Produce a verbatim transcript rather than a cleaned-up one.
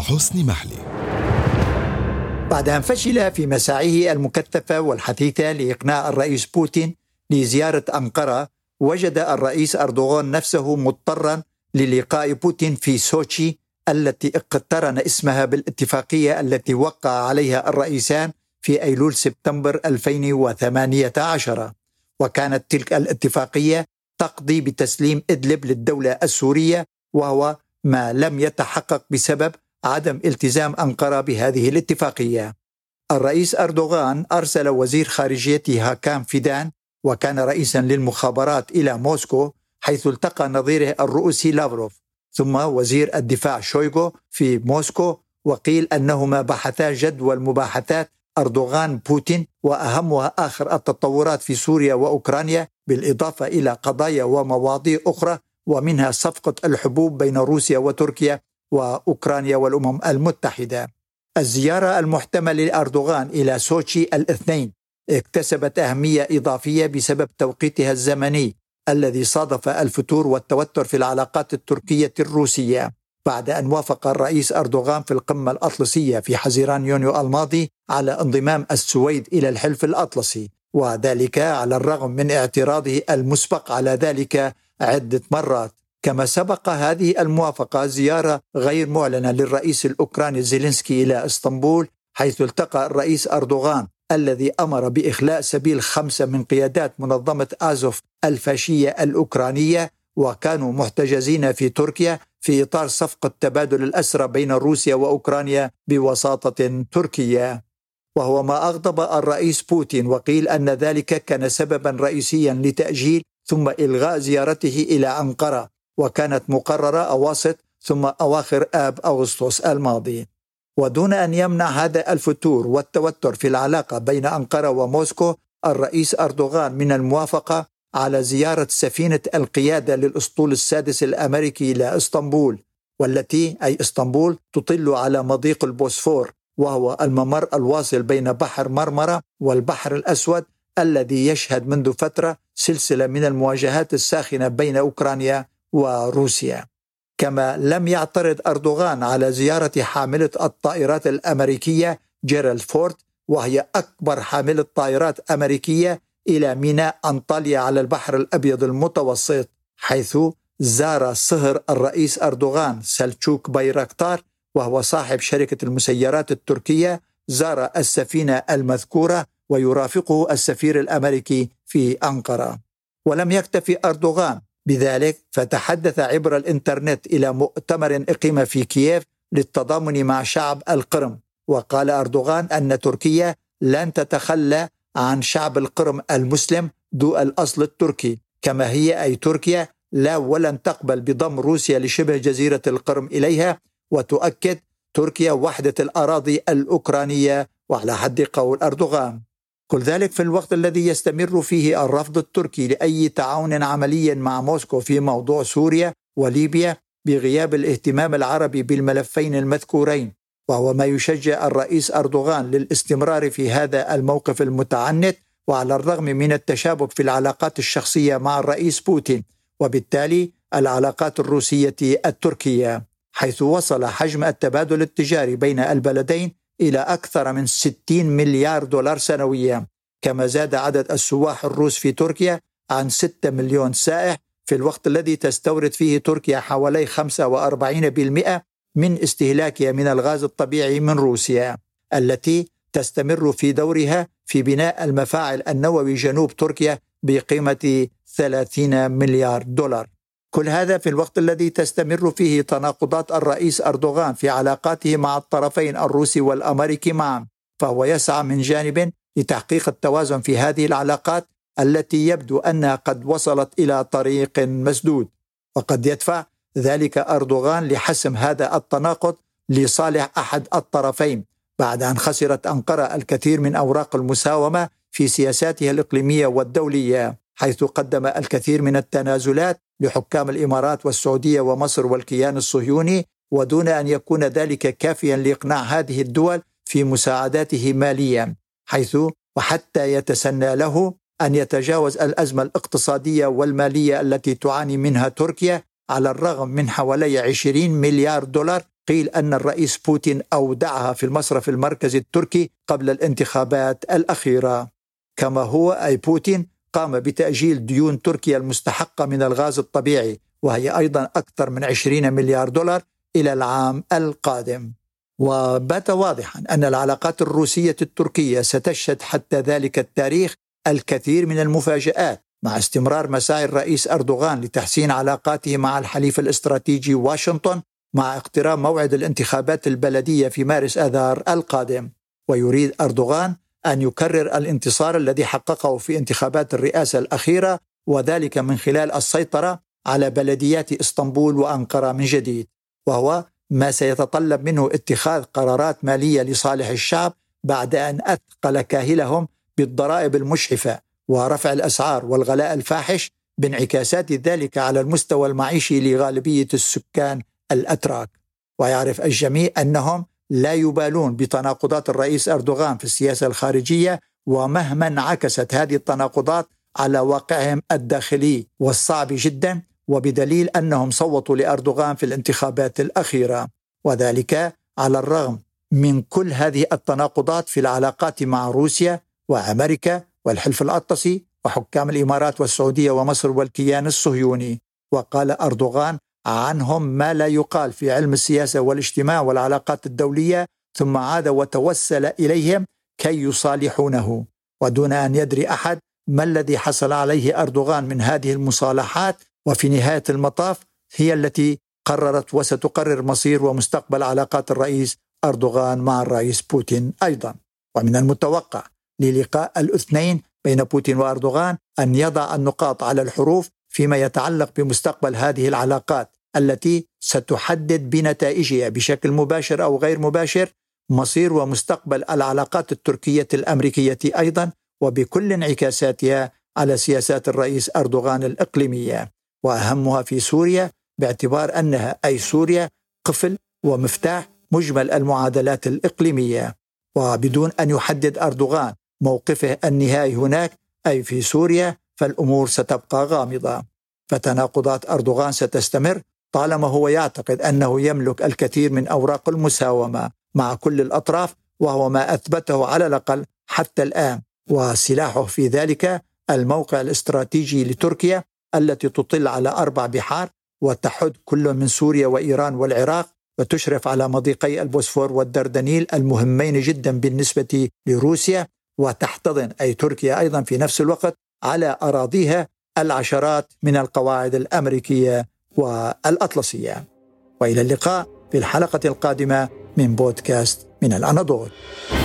حسني محلي. بعد أن فشل في مساعيه المكثفة والحثيثة لإقناع الرئيس بوتين لزيارة أنقرة، وجد الرئيس أردوغان نفسه مضطرا للقاء بوتين في سوتشي التي اقترن اسمها بالاتفاقية التي وقع عليها الرئيسان في أيلول سبتمبر ألفين وثمانية عشر. وكانت تلك الاتفاقية تقضي بتسليم إدلب للدولة السورية، وهو ما لم يتحقق بسبب عدم التزام أنقرة بهذه الاتفاقية. الرئيس أردوغان أرسل وزير خارجيته هاكام فيدان، وكان رئيسا للمخابرات، إلى موسكو، حيث التقى نظيره الروسي لافروف، ثم وزير الدفاع شويغو في موسكو. وقيل أنهما بحثا جدول مباحثات أردوغان بوتين، وأهمها آخر التطورات في سوريا وأوكرانيا، بالإضافة إلى قضايا ومواضيع أخرى، ومنها صفقة الحبوب بين روسيا وتركيا وأوكرانيا والأمم المتحدة. الزيارة المحتملة لأردوغان إلى سوتشي الاثنين اكتسبت أهمية إضافية بسبب توقيتها الزمني الذي صادف الفتور والتوتر في العلاقات التركية الروسية، بعد أن وافق الرئيس أردوغان في القمة الأطلسية في حزيران يونيو الماضي على انضمام السويد إلى الحلف الأطلسي، وذلك على الرغم من اعتراضه المسبق على ذلك عدة مرات. كما سبق هذه الموافقة زيارة غير معلنة للرئيس الأوكراني زيلينسكي إلى اسطنبول، حيث التقى الرئيس أردوغان الذي أمر بإخلاء سبيل خمسة من قيادات منظمة آزوف الفاشية الأوكرانية، وكانوا محتجزين في تركيا في إطار صفقة تبادل الأسرى بين روسيا وأوكرانيا بوساطة تركية، وهو ما أغضب الرئيس بوتين. وقيل أن ذلك كان سببا رئيسيا لتأجيل ثم إلغاء زيارته إلى أنقرة، وكانت مقررة أواسط ثم أواخر آب أغسطس الماضي. ودون أن يمنع هذا الفتور والتوتر في العلاقة بين أنقرة وموسكو الرئيس أردوغان من الموافقة على زيارة سفينة القيادة للأسطول السادس الأمريكي إلى اسطنبول، والتي أي اسطنبول تطل على مضيق البوسفور، وهو الممر الواصل بين بحر مرمرة والبحر الأسود الذي يشهد منذ فترة سلسلة من المواجهات الساخنة بين أوكرانيا وروسيا. كما لم يعترض أردوغان على زيارة حاملة الطائرات الأمريكية جيرالد فورد، وهي أكبر حاملة طائرات أمريكية، إلى ميناء أنطاليا على البحر الأبيض المتوسط، حيث زار صهر الرئيس أردوغان سلجوق بايراكتار، وهو صاحب شركة المسيرات التركية، زار السفينة المذكورة ويرافقه السفير الأمريكي في أنقرة. ولم يكتفي أردوغان بذلك، فتحدث عبر الإنترنت إلى مؤتمر أقيم في كييف للتضامن مع شعب القرم، وقال أردوغان أن تركيا لن تتخلى عن شعب القرم المسلم ذو الأصل التركي كما هي، أي تركيا لا ولن تقبل بضم روسيا لشبه جزيرة القرم إليها، وتؤكد تركيا وحدة الأراضي الأوكرانية، وعلى حد قول أردوغان. كل ذلك في الوقت الذي يستمر فيه الرفض التركي لأي تعاون عملي مع موسكو في موضوع سوريا وليبيا، بغياب الاهتمام العربي بالملفين المذكورين، وهو ما يشجع الرئيس أردوغان للاستمرار في هذا الموقف المتعنت، وعلى الرغم من التشابك في العلاقات الشخصية مع الرئيس بوتين، وبالتالي العلاقات الروسية التركية، حيث وصل حجم التبادل التجاري بين البلدين إلى أكثر من ستين مليار دولار سنويا. كما زاد عدد السواح الروس في تركيا عن ستة مليون سائح، في الوقت الذي تستورد فيه تركيا حوالي خمسة وأربعين بالمئة من استهلاكها من الغاز الطبيعي من روسيا، التي تستمر في دورها في بناء المفاعل النووي جنوب تركيا بقيمة ثلاثين مليار دولار. كل هذا في الوقت الذي تستمر فيه تناقضات الرئيس أردوغان في علاقاته مع الطرفين الروسي والأمريكي معا، فهو يسعى من جانب لتحقيق التوازن في هذه العلاقات التي يبدو أنها قد وصلت إلى طريق مسدود، وقد يدفع ذلك أردوغان لحسم هذا التناقض لصالح أحد الطرفين، بعد أن خسرت أنقرة الكثير من أوراق المساومة في سياساتها الإقليمية والدولية، حيث قدم الكثير من التنازلات لحكام الإمارات والسعودية ومصر والكيان الصهيوني، ودون أن يكون ذلك كافيا لإقناع هذه الدول في مساعداته ماليا، حيث وحتى يتسنى له أن يتجاوز الأزمة الاقتصادية والمالية التي تعاني منها تركيا، على الرغم من حوالي عشرين مليار دولار قيل أن الرئيس بوتين أودعها في المصرف المركزي التركي قبل الانتخابات الأخيرة. كما هو أي بوتين قام بتأجيل ديون تركيا المستحقة من الغاز الطبيعي، وهي أيضا أكثر من عشرين مليار دولار إلى العام القادم. وبات واضحا أن العلاقات الروسية التركية ستشهد حتى ذلك التاريخ الكثير من المفاجآت، مع استمرار مساعي الرئيس أردوغان لتحسين علاقاته مع الحليف الاستراتيجي واشنطن مع اقتراب موعد الانتخابات البلدية في مارس آذار القادم. ويريد أردوغان أن يكرر الانتصار الذي حققه في انتخابات الرئاسة الأخيرة، وذلك من خلال السيطرة على بلديات إسطنبول وأنقرة من جديد، وهو ما سيتطلب منه اتخاذ قرارات مالية لصالح الشعب بعد أن أثقل كاهلهم بالضرائب المشحفة ورفع الأسعار والغلاء الفاحش، بانعكاسات ذلك على المستوى المعيشي لغالبية السكان الأتراك. ويعرف الجميع أنهم لا يبالون بتناقضات الرئيس أردوغان في السياسة الخارجية، ومهما انعكست هذه التناقضات على واقعهم الداخلي والصعب جدا، وبدليل أنهم صوتوا لأردوغان في الانتخابات الأخيرة، وذلك على الرغم من كل هذه التناقضات في العلاقات مع روسيا وأمريكا والحلف الأطلسي وحكام الإمارات والسعودية ومصر والكيان الصهيوني. وقال أردوغان عنهم ما لا يقال في علم السياسة والاجتماع والعلاقات الدولية، ثم عاد وتوسل إليهم كي يصالحونه، ودون أن يدري أحد ما الذي حصل عليه أردوغان من هذه المصالحات، وفي نهاية المطاف هي التي قررت وستقرر مصير ومستقبل علاقات الرئيس أردوغان مع الرئيس بوتين أيضا. ومن المتوقع للقاء الاثنين بين بوتين وأردوغان أن يضع النقاط على الحروف فيما يتعلق بمستقبل هذه العلاقات التي ستحدد بنتائجها بشكل مباشر أو غير مباشر مصير ومستقبل العلاقات التركية الأمريكية أيضا، وبكل انعكاساتها على سياسات الرئيس أردوغان الإقليمية، وأهمها في سوريا، باعتبار أنها أي سوريا قفل ومفتاح مجمل المعادلات الإقليمية. وبدون أن يحدد أردوغان موقفه النهائي هناك أي في سوريا، فالأمور ستبقى غامضة. فتناقضات أردوغان ستستمر طالما هو يعتقد أنه يملك الكثير من أوراق المساومة مع كل الأطراف، وهو ما أثبته على الأقل حتى الآن، وسلاحه في ذلك الموقع الاستراتيجي لتركيا التي تطل على أربع بحار وتحد كل من سوريا وإيران والعراق، وتشرف على مضيقي البوسفور والدردنيل المهمين جدا بالنسبة لروسيا، وتحتضن أي تركيا أيضا في نفس الوقت على أراضيها العشرات من القواعد الأمريكية والأطلسية. وإلى اللقاء في الحلقة القادمة من بودكاست من الأناضول.